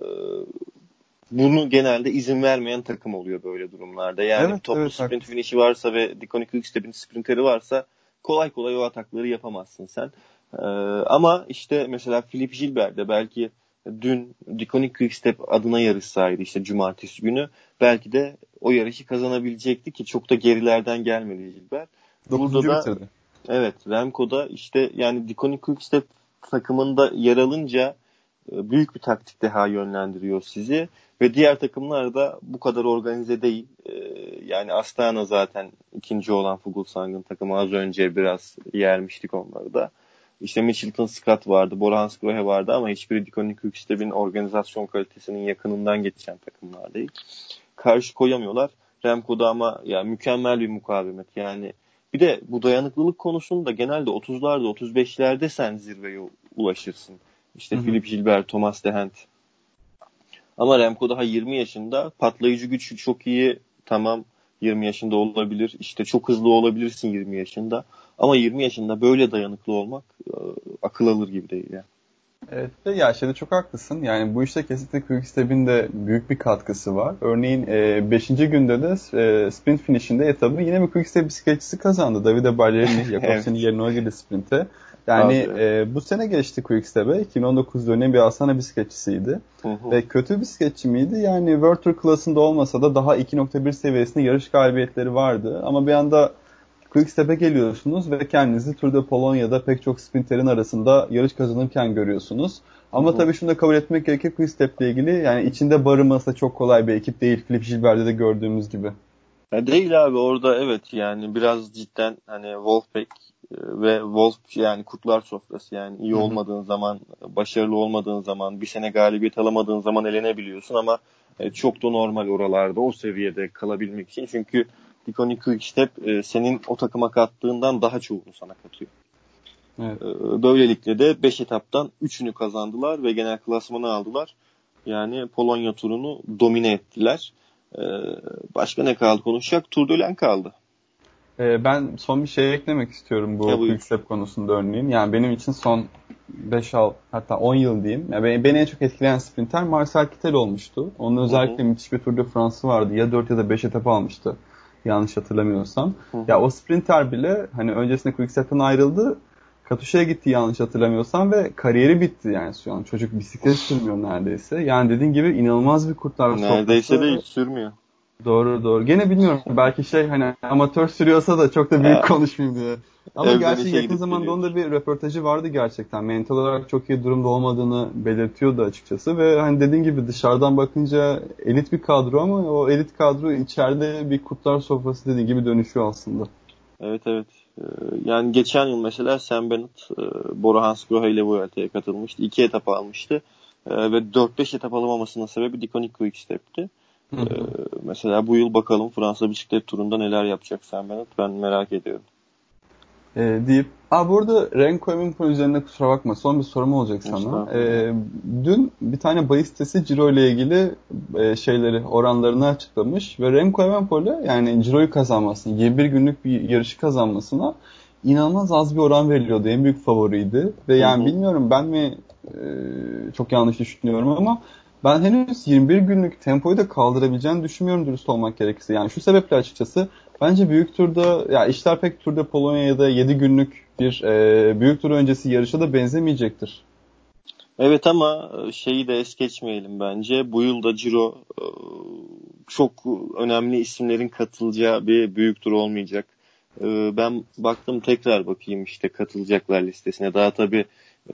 bunu genelde izin vermeyen takım oluyor böyle durumlarda. Yani bir Evet, toplu evet, sprint haklısın. finişi varsa ve Deceuninck Quick-Step'in sprinteri varsa kolay kolay o atakları yapamazsın sen. Ee, ama işte mesela Philippe Gilbert de belki dün Deceuninck Quick-Step adına yarışsaydı işte cumartesi günü belki de o yarışı kazanabilecekti ki çok da gerilerden gelmedi Gilbert. Burada Dokuzuncu da bitirdi. evet Remco'da işte yani Deceuninck Quick-Step takımında yer alınca büyük bir taktik deha yönlendiriyor sizi ve diğer takımlar da bu kadar organize değil. Yani Astana zaten ikinci olan Fuglsang'ın takımı, az önce biraz yermiştik onları da. İşte Mitchelton Scott vardı, Bora Hansgrohe vardı ama hiçbiri Deceuninck Quick-Step'in organizasyon kalitesinin yakınından geçen takımlar değil. Karşı koyamıyorlar. Remco'da ama ya mükemmel bir mukavemet. Yani bir de bu dayanıklılık konusunda genelde otuzlarda otuz beşlerde sen zirveye ulaşırsın. İşte Hı hı. Philippe Gilbert, Thomas de Gendt. Ama Remco daha yirmi yaşında. Patlayıcı gücü çok iyi. Tamam, yirmi yaşında olabilir. İşte çok hızlı olabilirsin yirmi yaşında. Ama yirmi yaşında böyle dayanıklı olmak e, akıl alır gibi değil yani. Evet, ve ya şeyde çok haklısın. Yani bu işte kesinlikle Quickstep'in de büyük bir katkısı var. Örneğin beşinci günde de e, sprint finishinde etabı yine bir Quickstep bisikletçisi kazandı. Davide Ballerini, Jakobsen'in Evet. yerine o girdi sprinte. Yani Abi. e, bu sene geçti Quickstep'e. iki bin on dokuz dönemi bir Astana bisikletçisiydi. Hı hı. Ve kötü bisikletçi miydi? Yani World Tour klasında olmasa da daha iki nokta bir seviyesinde yarış galibiyetleri vardı. Ama bir anda Quickstep'e geliyorsunuz ve kendinizi Tour de Polonya'da pek çok sprinterin arasında yarış kazanırken görüyorsunuz. Hı Ama hı. tabii şunu da kabul etmek gerekir, Quickstep'le ilgili yani içinde barınması da çok kolay bir ekip değil. Philippe Gilbert'de de gördüğümüz gibi. Ya değil abi, orada evet yani biraz cidden hani Wolfpack e, ve Wolf yani kurtlar sofrası, yani iyi Hı hı. olmadığın zaman, başarılı olmadığın zaman, bir sene galibiyet alamadığın zaman elenebiliyorsun ama e, çok da normal oralarda o seviyede kalabilmek için, çünkü Deceuninck Quick-Step e, senin o takıma kattığından daha çoğunu sana katıyor. Evet. E, böylelikle de beş etaptan üçünü kazandılar ve genel klasmanı aldılar. Yani Polonya turunu domine ettiler. Ee, başka ne kaldı konuşacak? Tour de Lens kaldı. Ee, ben son bir şey eklemek istiyorum bu Quickstep konusunda örneğin. Yani benim için son beş altı hatta on yıl diyeyim. Yani beni, beni en çok etkileyen sprinter Marcel Kittel olmuştu. Onun özellikle hı hı. müthiş bir Tour de France'ı vardı. Ya dört ya da beş etap almıştı. Yanlış hatırlamıyorsam. Hı hı. Ya o sprinter bile hani öncesinde Quickstep'ten ayrıldı. Katusha'ya gitti yanlış hatırlamıyorsam ve kariyeri bitti yani şu an. Çocuk bisiklet sürmüyor neredeyse. Yani dediğin gibi inanılmaz bir kurtlar sofrası. Neredeyse de hiç sürmüyor. Doğru doğru. Gene bilmiyorum. Belki şey hani amatör sürüyorsa da çok da büyük konuşmayayım diye. Ama gerçi yakın zamanda onun da bir röportajı vardı gerçekten. Mental olarak çok iyi durumda olmadığını belirtiyordu açıkçası. Ve hani dediğin gibi dışarıdan bakınca elit bir kadro ama o elit kadro içeride bir kurtlar sofrası dediğin gibi dönüşüyor aslında. Evet evet. Yani geçen yıl mesela Sam Bennett Bora Hansgrohe ile Vuelta'ya katılmıştı. İki etap almıştı. Ve dört beş etap alamamasının sebebi Deceuninck Quickstep'ti. Hı hı. Ee, mesela bu yıl bakalım Fransa bisiklet turunda neler yapacak Sam Bennett, ben merak ediyorum. Ee, deyip, aa bu arada Remco Evenepoel üzerine kusura bakma, son bir sorum olacak sana. Ee, dün bir tane bahis sitesi Ciro ile ilgili e, şeyleri, oranlarını açıklamış ve Remco Evenepoel'e yani Ciro'yu kazanmasına, yirmi bir günlük bir yarışı kazanmasına inanılmaz az bir oran veriliyordu. En büyük favoriydi ve yani hı hı. bilmiyorum ben mi e, çok yanlış düşünüyorum ama ben henüz yirmi bir günlük tempoyu da kaldırabileceğini düşünmüyorum dürüst olmak gerekirse. Yani şu sebeple açıkçası bence büyük turda, ya işler pek turda Polonya'da yedi günlük bir e, büyük tur öncesi yarışa da benzemeyecektir. Evet ama şeyi de es geçmeyelim bence. Bu yılda Ciro çok önemli isimlerin katılacağı bir büyük tur olmayacak. Ben baktım, tekrar bakayım işte katılacaklar listesine. Daha tabii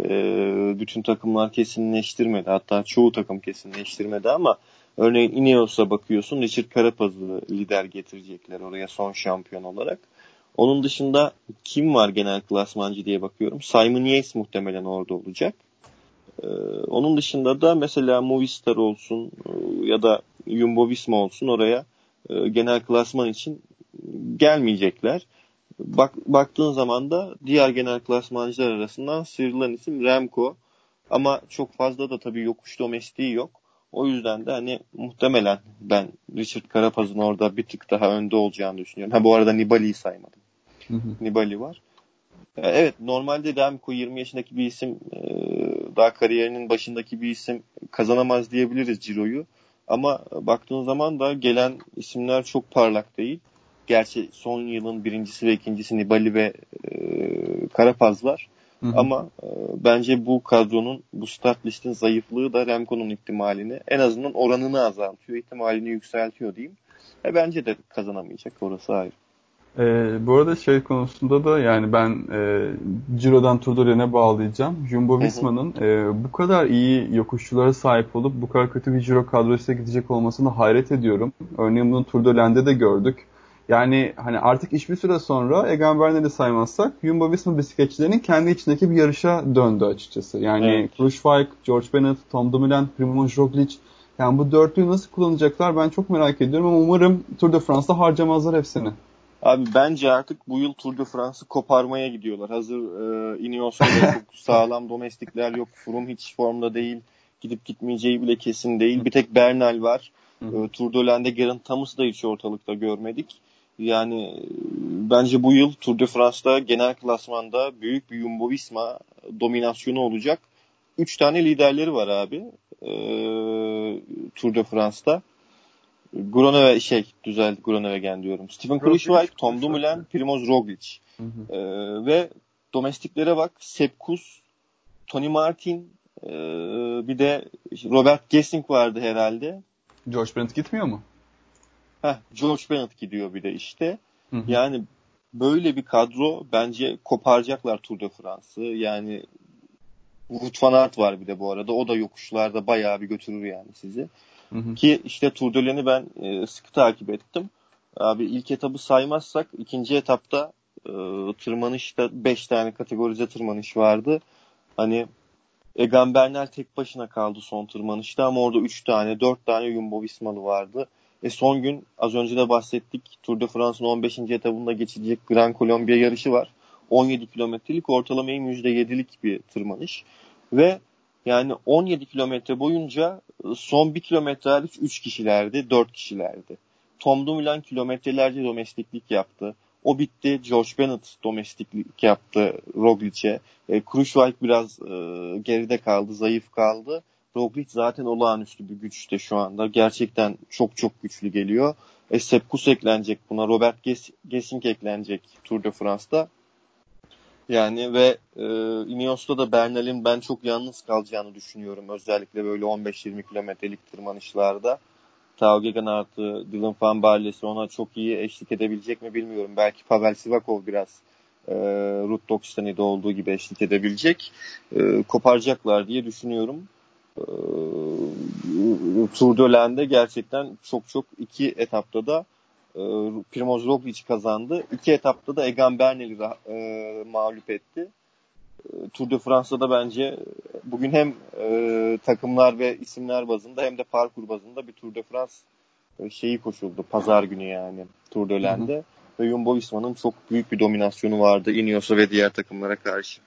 bütün takımlar kesinleştirmedi. Hatta çoğu takım kesinleştirmedi ama örneğin Ineos'a bakıyorsun, Richard Carapaz'ı lider getirecekler oraya son şampiyon olarak. Onun dışında kim var genel klasmancı diye bakıyorum. Simon Yates muhtemelen orada olacak. Ee, onun dışında da mesela Movistar olsun ya da Jumbo Visma olsun oraya e, genel klasman için gelmeyecekler. Bak, baktığın zaman da diğer genel klasmancılar arasından sıyrılan isim Remco. Ama çok fazla da tabii yokuş domestiği yok. O yüzden de hani muhtemelen ben Richard Carapaz'ın orada bir tık daha önde olacağını düşünüyorum. Ha bu arada Nibali'yi saymadım. Hı hı. Nibali var. Evet, normalde Remco yirmi yaşındaki bir isim, daha kariyerinin başındaki bir isim, kazanamaz diyebiliriz Ciro'yu. Ama baktığın zaman da gelen isimler çok parlak değil. Gerçi son yılın birincisi ve ikincisi Nibali ve e, Carapaz var. Hı hı. Ama e, bence bu kadronun, bu start listin zayıflığı da Remco'nun ihtimalini, en azından oranını azaltıyor, ihtimalini yükseltiyor diyeyim. E, bence de kazanamayacak, orası ayrı. Ee, bu arada şey konusunda da yani ben e, Ciro'dan Tour de Len'e bağlayacağım. Jumbo Visma'nın e, bu kadar iyi yokuşçulara sahip olup bu kadar kötü bir Ciro kadrosuyla gidecek olmasına hayret ediyorum. Örneğin bunu Tour de Len'de de gördük. Yani hani artık hiçbir süre sonra Egan Bernal'i saymazsak Jumbo Visma bisikletçilerinin kendi içindeki bir yarışa döndü açıkçası. Yani evet. Kruijswijk, George Bennett, Tom Dumoulin, Primož Roglič, yani bu dörtlüyü nasıl kullanacaklar ben çok merak ediyorum ama umarım Tour de France'da harcamazlar hepsini. Abi bence artık bu yıl Tour de France'ı koparmaya gidiyorlar. Hazır e, Ineos'ta da çok sağlam domestikler yok. Froome hiç formda değil. Gidip gitmeyeceği bile kesin değil. Bir tek Bernal var. E, Tour de Len'de Geraint Thomas'ı da hiç ortalıkta görmedik. Yani e, bence bu yıl Tour de France'da genel klasmanda büyük bir Jumbo Visma dominasyonu olacak. Üç tane liderleri var abi. E, Tour de France'da. Groenewegen şey düzel Groenewegen diyorum. Steven Kruijswijk, Tom Dumoulin, Primož Roglič. Ee, ve domestiklere bak. Sepp Kuss, Tony Martin, e, bir de Robert Gesink vardı herhalde. George Bennett gitmiyor mu? Heh, George Bennett gidiyor bir de işte. Hı hı. Yani böyle bir kadro bence koparacaklar Tour de France'ı. Yani Wout van Aert var bir de bu arada. O da yokuşlarda bayağı bir götürür yani sizi. Hı hı. Ki işte Tour de Len'i ben e, sıkı takip ettim. Abi ilk etabı saymazsak ikinci etapta e, tırmanışta beş tane kategorize tırmanış vardı. Hani Egan Bernal tek başına kaldı son tırmanışta ama orada üç tane dört tane Jumbo Vismalı vardı. E son gün az önce de bahsettik. Tour de France'ın on beşinci etabında geçilecek Gran Colombia yarışı var. on yedi kilometrelik ortalamayı yüzde yedilik bir tırmanış. Ve yani on yedi kilometre boyunca son bir kilometre hariç üç kişilerdi, dört kişilerdi. Tom Dumoulin kilometrelerce domestiklik yaptı. O bitti. George Bennett domestiklik yaptı Roglic'e. E, Kruijswijk biraz e, geride kaldı, zayıf kaldı. Roglic zaten olağanüstü bir güçte şu anda. Gerçekten çok çok güçlü geliyor. E, Sepp Kuss eklenecek buna. Robert Ges- Gesink eklenecek Tour de France'da. Yani ve e, Ineos'ta da Bernal'in ben çok yalnız kalacağını düşünüyorum. Özellikle böyle on beş yirmi kilometrelik tırmanışlarda. Tao Geoghegan artı Dylan van Baarle'si ona çok iyi eşlik edebilecek mi bilmiyorum. Belki Pavel Sivakov biraz e, Ruud Dokstani'de olduğu gibi eşlik edebilecek. E, koparacaklar diye düşünüyorum. E, Tour de Lande'de gerçekten çok çok iki etapta da e, Primož Roglic kazandı. İki etapta da Egan Bernal'i e, mağlup etti. Tour de France'da da bence bugün hem e, takımlar ve isimler bazında hem de parkur bazında bir Tour de France e, şeyi koşuldu. Pazar günü yani Tour de Lande'de. Ve Jumbo-Visma'nın çok büyük bir dominasyonu vardı Ineos'a ve diğer takımlara karşı.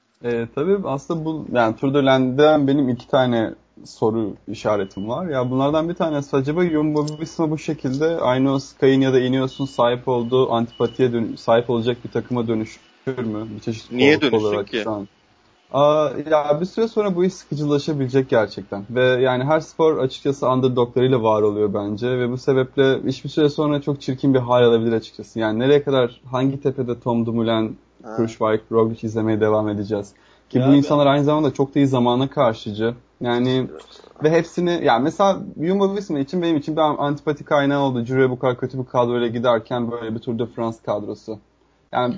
E, tabii aslında bu yani Tour de Lande'den benim iki tane soru işaretim var. Ya bunlardan bir tanesi acaba Jumbo-Visma bu şekilde Ineos, Sky'in ya da Ineos'un sahip olduğu antipatiye dön- sahip olacak bir takıma dönüşür mü? Bir çeşit Niye korku dönüşsün olarak ki? şu an. Aa, ya bir süre sonra bu iş sıkıcılaşabilecek gerçekten. Ve yani her spor açıkçası underdoglarıyla var oluyor bence. Ve bu sebeple hiçbir süre sonra çok çirkin bir hal alabilir açıkçası. Yani nereye kadar, hangi tepede Tom Dumoulin, Kruijswijk, Roglic izlemeye devam edeceğiz? Ki Ya bu abi, insanlar aynı zamanda çok da iyi zamana karşıcı. Yani ve hepsini, yani mesela Jumbo-Visma için benim için bir antipati kaynağı oldu. Ciro'ya bu kadar kötü bir kadroyla giderken böyle bir Tour de France kadrosu. Yani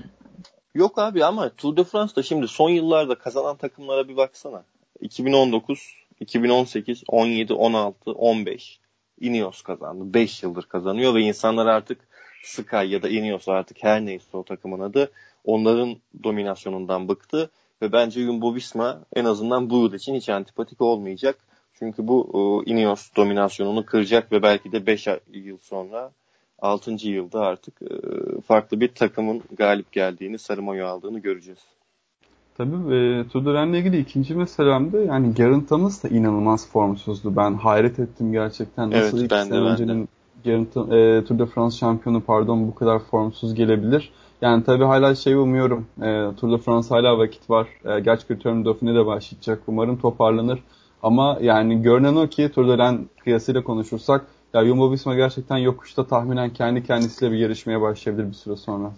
yok abi ama Tour de France'da şimdi son yıllarda kazanan takımlara bir baksana. iki bin on dokuz, iki bin on sekiz, on yedi, on altı, on beş Ineos kazandı. beş yıldır kazanıyor ve insanlar artık Sky ya da Ineos artık her neyse o takımın adı onların dominasyonundan bıktı ve bence Jumbo-Visma en azından bu yıl için hiç antipatik olmayacak. Çünkü bu Ineos dominasyonunu kıracak ve belki de beş yıl sonra altıncı yılda artık farklı bir takımın galip geldiğini, sarı mayo aldığını göreceğiz. tabii e, Tour de Lande'le ilgili ikinci meselem de yani Geraint Thomas da inanılmaz formsuzdu. Ben hayret ettim gerçekten. Nasıl Evet, iki ben sene de ben de. öncenin Geraint, e, Tour de France şampiyonu pardon bu kadar formsuz gelebilir. Yani tabii hala şey umuyorum. E, Tour de France hala vakit var. E, gerçi Criterium Dauphiné de başlayacak. Umarım toparlanır. Ama yani görünen o ki Tour de Lande kıyasıyla konuşursak ya Jumbo-Visma gerçekten yokuşta tahminen kendi kendisiyle bir yarışmaya başlayabilir bir süre sonra.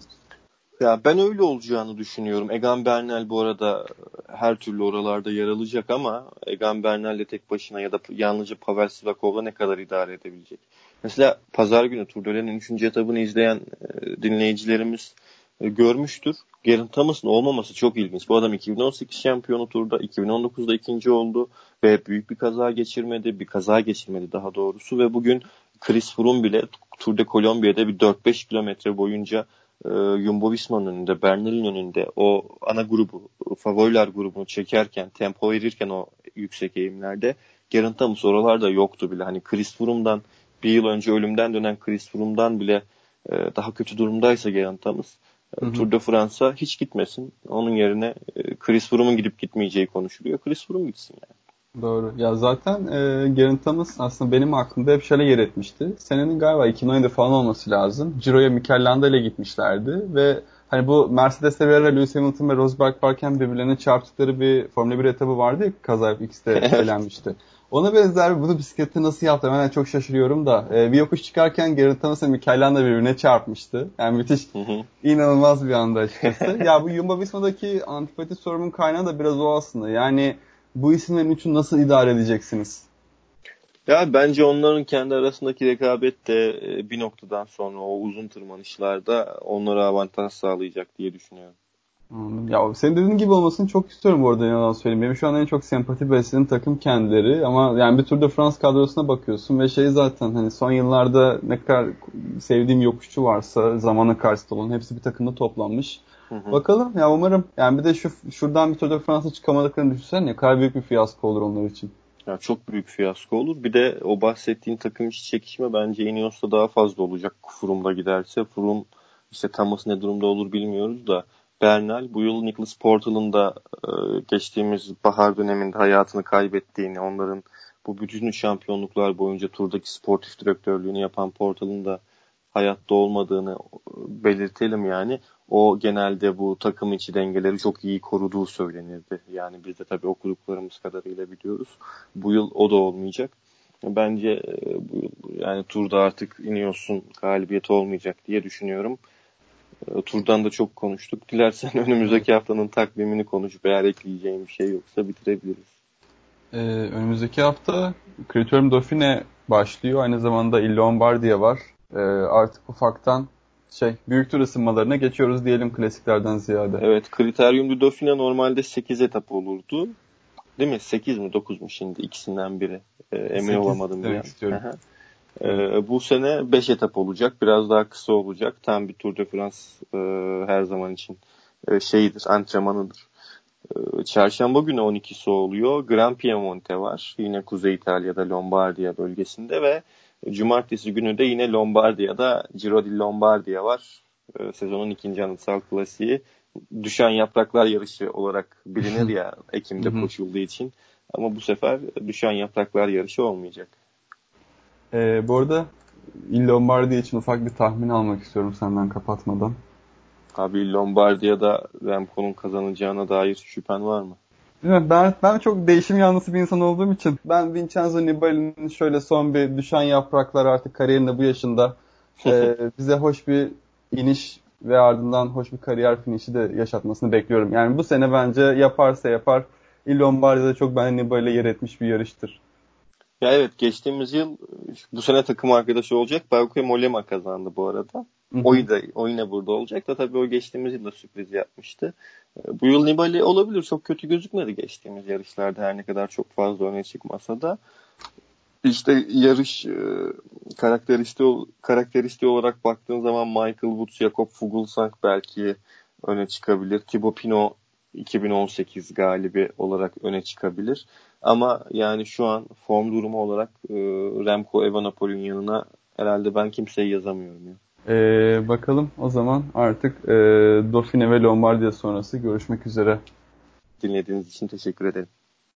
Ya ben öyle olacağını düşünüyorum. Egan Bernal bu arada her türlü oralarda yer alacak ama Egan Bernal'le tek başına ya da yalnızca Pavel Sivakov'la ne kadar idare edebilecek? Mesela pazar günü Tour de Lande'nin üçüncü etabını izleyen e, dinleyicilerimiz e, görmüştür. Geraint Thomas'ın olmaması çok ilginç. Bu adam iki bin on sekiz şampiyonu Tour'da, iki bin on dokuzda ikinci oldu ve büyük bir kaza geçirmedi. Bir kaza geçirmedi daha doğrusu ve bugün Chris Froome bile Tour de Colombia'da bir dört beş kilometre boyunca e, Jumbo-Visma'nın önünde, Bernal'in önünde o ana grubu, favoriler grubunu çekerken, tempo verirken o yüksek eğimlerde Geraint Thomas oralarda yoktu bile. Hani Chris Froome'dan bir yıl önce ölümden dönen Chris Froome'dan bile e, daha kötü durumdaysa Geraint Thomas Hı e, hı. Tour de France'a hiç gitmesin. Onun yerine e, Chris Froome'un gidip gitmeyeceği konuşuluyor. Chris Froome gitsin yani. Doğru. Ya zaten e, Geraint Thomas aslında benim aklımda hep şöyle yer etmişti. Senenin galiba iki bin on yedi falan olması lazım. Ciro'ya Mikel Landa ile gitmişlerdi ve hani bu Mercedes'te bir ara Lewis Hamilton ve Rosberg varken birbirlerine çarptıkları bir Formula bir etabı vardı ya, kaza ikisi de elenmişti. Ona benzer bunu bisiklette nasıl yaptı? Ben çok şaşırıyorum da. E, bir yokuş çıkarken Geraint Thomas ve Mikel Landa birbirine çarpmıştı. Yani müthiş, inanılmaz bir anda açıkçası. Ya bu Jumbo-Visma'daki antipati sorumun kaynağı da biraz o aslında. Yani bu isimlerin üçünü nasıl idare edeceksiniz? Ya bence onların kendi arasındaki rekabet de e, bir noktadan sonra o uzun tırmanışlarda onlara avantaj sağlayacak diye düşünüyorum. Anladım. Ya senin dediğin gibi olmasını çok istiyorum bu arada, yalan söyleyeyim. Benim şu an en çok sempati beslediğim takım kendileri ama yani bir Tour de France kadrosuna bakıyorsun ve şey zaten hani son yıllarda ne kadar sevdiğim yokuşçu varsa zamana karşıtı olan hepsi bir takımda toplanmış. Hı hı. Bakalım ya, umarım. Yani bir de şu şuradan bir Tour de France'a çıkamadıklarını düşünsen ne kadar büyük bir fiyasko olur onlar için. Ya çok büyük fiyasko olur. Bir de o bahsettiğin takım içi çekişme bence Ineos'ta daha fazla olacak Froome'da giderse. Froome işte Thomas ne durumda olur bilmiyoruz da Bernal bu yıl Nicholas Portal'ın da e, geçtiğimiz bahar döneminde hayatını kaybettiğini, onların bu bütün şampiyonluklar boyunca turdaki sportif direktörlüğünü yapan Portal'ın da hayatta olmadığını belirtelim yani. O genelde bu takım içi dengeleri çok iyi koruduğu söylenirdi. Yani biz de tabii okuduklarımız kadarıyla biliyoruz. Bu yıl o da olmayacak. Bence bu yıl yani turda artık Ineos'un galibiyeti olmayacak diye düşünüyorum. Turdan da çok konuştuk. Dilersen önümüzdeki haftanın takvimini konuşup eğer ekleyeceğim bir şey yoksa bitirebiliriz. Ee, önümüzdeki hafta Criterium Dauphiné başlıyor. Aynı zamanda Il Lombardia var. Ee, artık ufaktan şey büyük tur ısınmalarına geçiyoruz diyelim klasiklerden ziyade. Evet, Criterium du Dauphiné normalde sekiz etap olurdu. Değil mi? sekiz mi dokuz mu şimdi ikisinden biri. Ee, emin olamadım bir an. Ee, bu sene beş etap olacak. Biraz daha kısa olacak. Tam bir Tour de France e, her zaman için e, şeyidir, antrenmanıdır. E, çarşamba günü on ikisi oluyor. Gran Piemonte var. Yine Kuzey İtalya'da Lombardia bölgesinde ve cumartesi günü de yine Lombardia'da Giro di Lombardia var. E, sezonun ikinci anıtsal klasiği. Düşen yapraklar yarışı olarak bilinir ya Ekim'de koşulduğu için. Ama bu sefer düşen yapraklar yarışı olmayacak. Ee, bu arada Il Lombardia için ufak bir tahmin almak istiyorum senden kapatmadan. Abi Lombardia'da Remco'nun kazanacağına dair şüphen var mı? Ben ben çok değişim yanlısı bir insan olduğum için ben Vincenzo Nibali'nin şöyle son bir düşen yapraklar artık kariyerinde bu yaşında e, bize hoş bir iniş ve ardından hoş bir kariyer finişi de yaşatmasını bekliyorum. Yani bu sene bence yaparsa yapar. Il Lombardia'da çok bence Nibali'yle yer etmiş bir yarıştır. Ya evet geçtiğimiz yıl bu sene takım arkadaşı olacak. Bauke Mollema kazandı bu arada. O da o yine burada olacak da tabii o geçtiğimiz yıl da sürpriz yapmıştı. Bu yıl Nibali olabilir. Çok kötü gözükmedi geçtiğimiz yarışlarda her ne kadar çok fazla öne çıkmasa da. İşte yarış e, karakteristiği, karakteristiği olarak baktığın zaman Michael Woods, Jakob Fuglsang belki öne çıkabilir. Thibaut Pinot iki bin on sekiz galibi olarak öne çıkabilir. Ama yani şu an form durumu olarak e, Remco Evenepoel'in yanına herhalde ben kimseyi yazamıyorum ya. Ee, bakalım o zaman artık e, Dauphiné ve Lombardia sonrası görüşmek üzere. Dinlediğiniz için teşekkür ederim.